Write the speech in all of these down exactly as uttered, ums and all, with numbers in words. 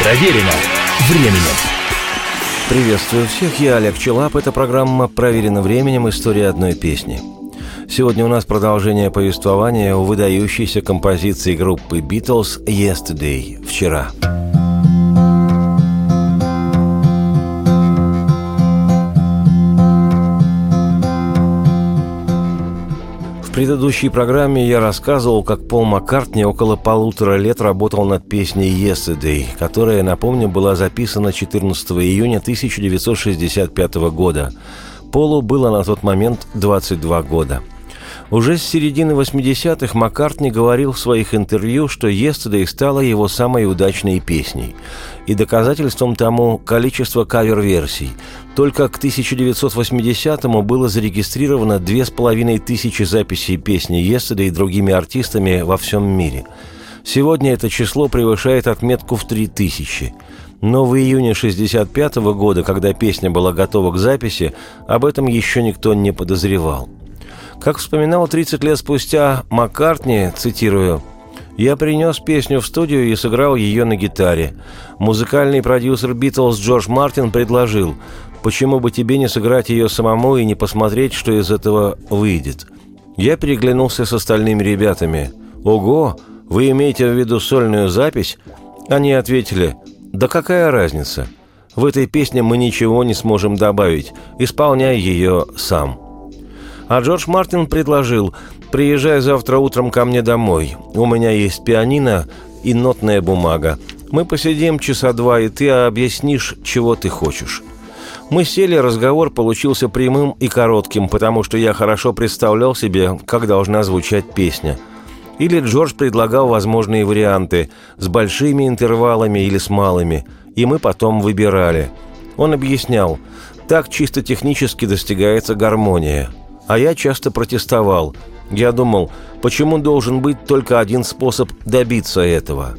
Проверено временем. Приветствую всех, я Олег Челап. Это программа «Проверено временем. История одной песни». Сегодня у нас продолжение повествования о выдающейся композиции группы Beatles «Yesterday» – «Вчера». В предыдущей программе я рассказывал, как Пол Маккартни около полутора лет работал над песней «Yesterday», которая, напомню, была записана четырнадцатого июня тысяча девятьсот шестьдесят пятого года. Полу было на тот момент двадцать два года. Уже с середины восьмидесятых Маккартни говорил в своих интервью, что «Yesterday» стала его самой удачной песней. И доказательством тому количество кавер-версий. Только к тысяча девятьсот восьмидесятому было зарегистрировано две с половиной тысячи записей песни «Yesterday» другими артистами во всем мире. Сегодня это число превышает отметку в три тысячи. Но в июне шестьдесят пятого года, когда песня была готова к записи, об этом еще никто не подозревал. Как вспоминал тридцать лет спустя Маккартни, цитирую, «Я принес песню в студию и сыграл ее на гитаре. Музыкальный продюсер Beatles Джордж Мартин предложил, почему бы тебе не сыграть ее самому и не посмотреть, что из этого выйдет. Я переглянулся с остальными ребятами. Ого, вы имеете в виду сольную запись?» Они ответили, «Да какая разница? В этой песне мы ничего не сможем добавить. Исполняй ее сам». А Джордж Мартин предложил, «Приезжай завтра утром ко мне домой. У меня есть пианино и нотная бумага. Мы посидим часа два, и ты объяснишь, чего ты хочешь». Мы сели, разговор получился прямым и коротким, потому что я хорошо представлял себе, как должна звучать песня. Или Джордж предлагал возможные варианты, с большими интервалами или с малыми, и мы потом выбирали. Он объяснял, так чисто технически достигается гармония. А я часто протестовал. Я думал, почему должен быть только один способ добиться этого?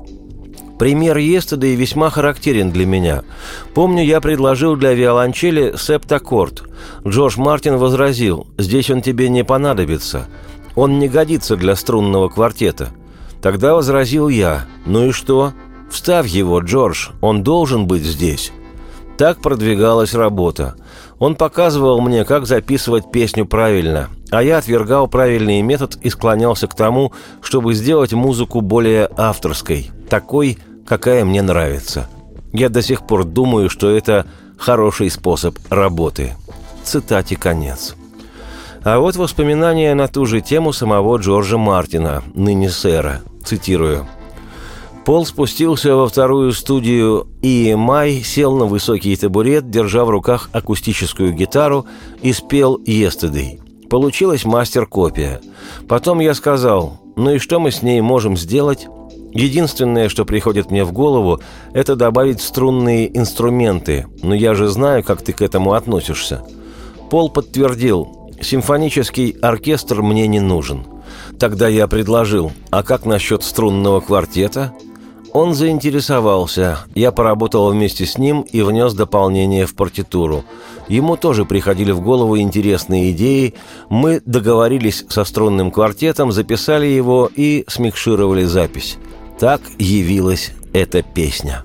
Пример «Yesterday» весьма характерен для меня. Помню, я предложил для виолончели септаккорд. Джордж Мартин возразил, здесь он тебе не понадобится. Он не годится для струнного квартета. Тогда возразил я, ну и что? Вставь его, Джордж, он должен быть здесь. Так продвигалась работа. Он показывал мне, как записывать песню правильно, а я отвергал правильный метод и склонялся к тому, чтобы сделать музыку более авторской, такой, какая мне нравится. Я до сих пор думаю, что это хороший способ работы. Цитате конец. А вот воспоминания на ту же тему самого Джорджа Мартина, ныне сэра. Цитирую. Пол спустился во вторую студию и эм ай, сел на высокий табурет, держа в руках акустическую гитару и спел «Yesterday». Получилась мастер-копия. Потом я сказал, ну и что мы с ней можем сделать? Единственное, что приходит мне в голову, это добавить струнные инструменты, но я же знаю, как ты к этому относишься. Пол подтвердил, симфонический оркестр мне не нужен. Тогда я предложил, а как насчет струнного квартета? Он заинтересовался, я поработал вместе с ним и внес дополнение в партитуру. Ему тоже приходили в голову интересные идеи, мы договорились со струнным квартетом, записали его и смикшировали запись. Так явилась эта песня.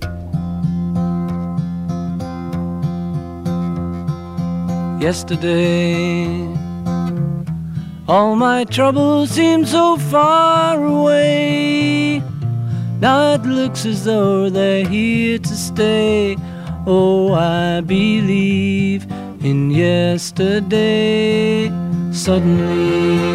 Yesterday, all my troubles seem so far away. Now it looks as though they're here to stay. Oh, I believe in yesterday. Suddenly,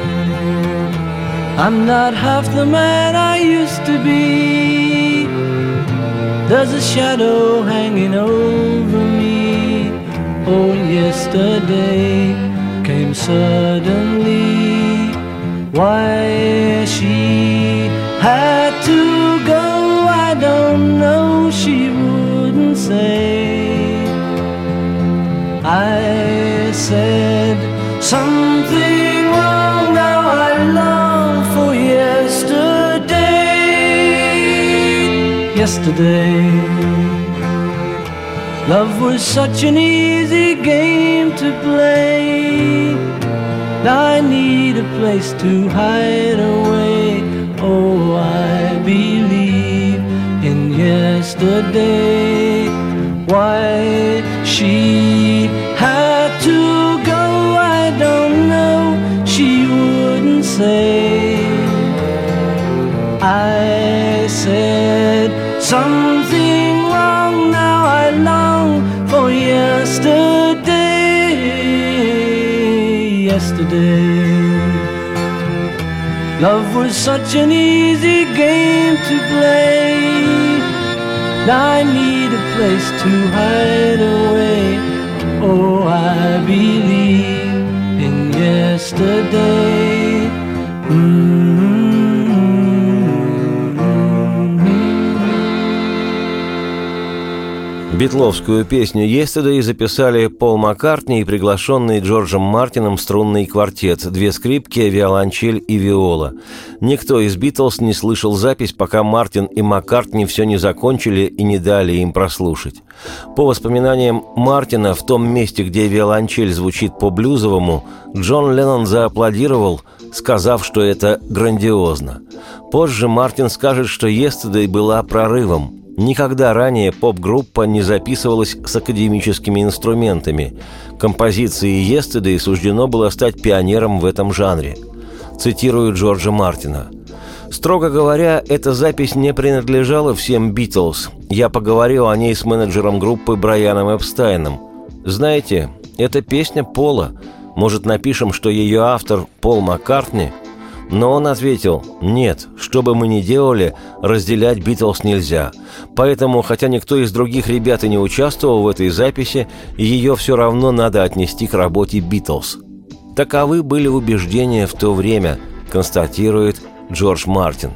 I'm not half the man I used to be. There's a shadow hanging over me. Oh, yesterday came suddenly. Why she had to go, I don't know, she wouldn't say. I said something wrong, now I long for yesterday. Yesterday, love was such an easy game to play. Now I need a place to hide away. Oh, I believe in yesterday. yesterday. Why she had to go, I don't know, she wouldn't say. I said something wrong, now I long for yesterday, yesterday. Love was such an easy game to play. Now I need a place to hide away. Oh, I believe in yesterday. Mm-hmm. Битловскую песню «Yesterday» записали Пол Маккартни и приглашенный Джорджем Мартином струнный квартет, две скрипки, виолончель и виола. Никто из «Битлз» не слышал запись, пока Мартин и Маккартни все не закончили и не дали им прослушать. По воспоминаниям Мартина, в том месте, где виолончель звучит по-блюзовому, Джон Леннон зааплодировал, сказав, что это грандиозно. Позже Мартин скажет, что «Yesterday» была прорывом. Никогда ранее поп-группа не записывалась с академическими инструментами. Композиции «Yesterday» суждено было стать пионером в этом жанре. Цитирую Джорджа Мартина. «Строго говоря, эта запись не принадлежала всем «Битлз». Я поговорил о ней с менеджером группы Брайаном Эпстайном. Знаете, это песня Пола. Может, напишем, что ее автор Пол Маккартни?» Но он ответил: «Нет, что бы мы ни делали, разделять «Битлз» нельзя. Поэтому, хотя никто из других ребят и не участвовал в этой записи, ее все равно надо отнести к работе «Битлз». Таковы были убеждения в то время», констатирует Джордж Мартин.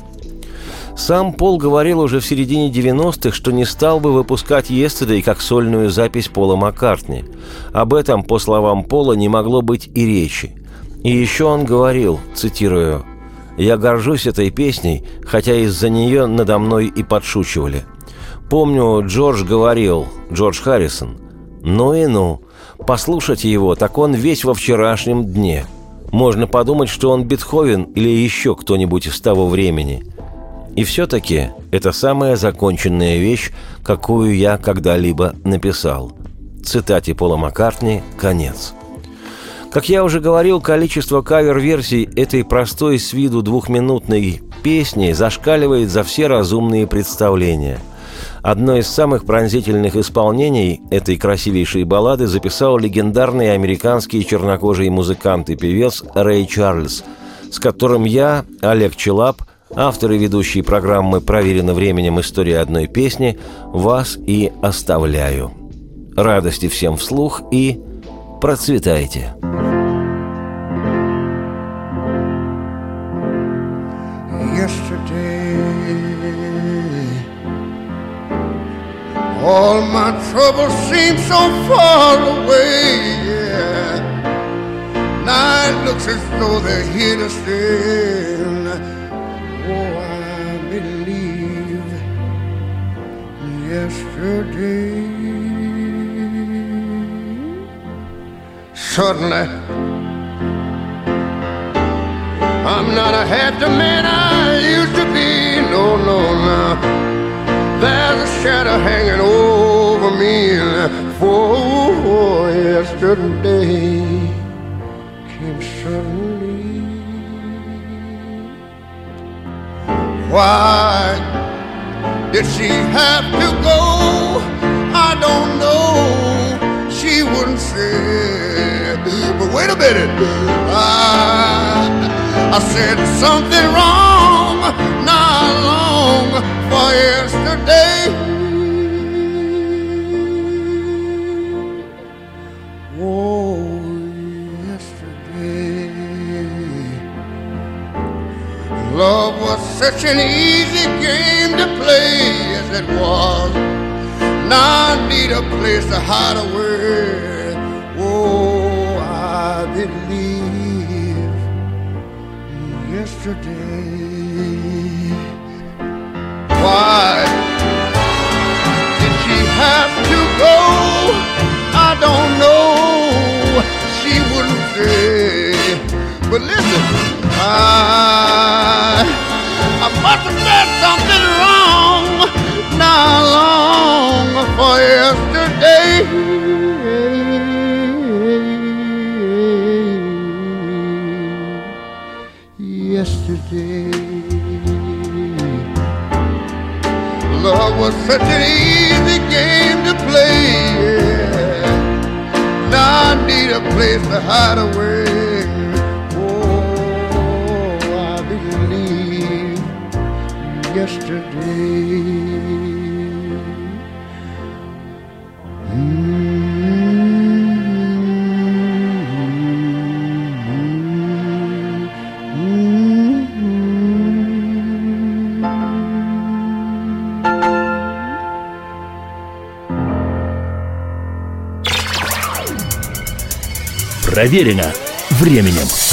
Сам Пол говорил уже в середине девяностых, что не стал бы выпускать «Yesterday» как сольную запись Пола Маккартни. Об этом, по словам Пола, не могло быть и речи. И еще он говорил, цитирую: «Я горжусь этой песней, хотя из-за нее надо мной и подшучивали. Помню, Джордж говорил, Джордж Харрисон, ну и ну, послушайте его, так он весь во вчерашнем дне. Можно подумать, что он Бетховен или еще кто-нибудь из того времени. И все-таки это самая законченная вещь, какую я когда-либо написал». Цитате Пола Маккартни конец. Как я уже говорил, количество кавер-версий этой простой с виду двухминутной песни зашкаливает за все разумные представления. Одно из самых пронзительных исполнений этой красивейшей баллады записал легендарный американский чернокожий музыкант и певец Рэй Чарльз, с которым я, Олег Челап, автор и ведущий программы «Проверено временем. История одной песни», вас и оставляю. Радости всем вслух и процветайте! Yesterday, all my troubles seem so far away, yeah. Now it looks as though they're here to stay. Oh, I believe yesterday. Suddenly, I'm not a half the man I used to be, no, no, no. There's a shadow hanging over me, for yesterday came suddenly. Why did she have to go? I don't know, she wouldn't say. But wait a minute, I I said something wrong, not long for yesterday. Oh, yesterday. Love was such an easy game to play, as it was. Now I need a place to hide away. Oh, I believe yesterday. Why did she have to go? I don't know, she wouldn't say. But listen, I, I must have said something wrong not long yesterday. Yesterday, love was such an easy game to play. Yeah. Now I need a place to hide away. Oh, I believe yesterday. Проверено временем.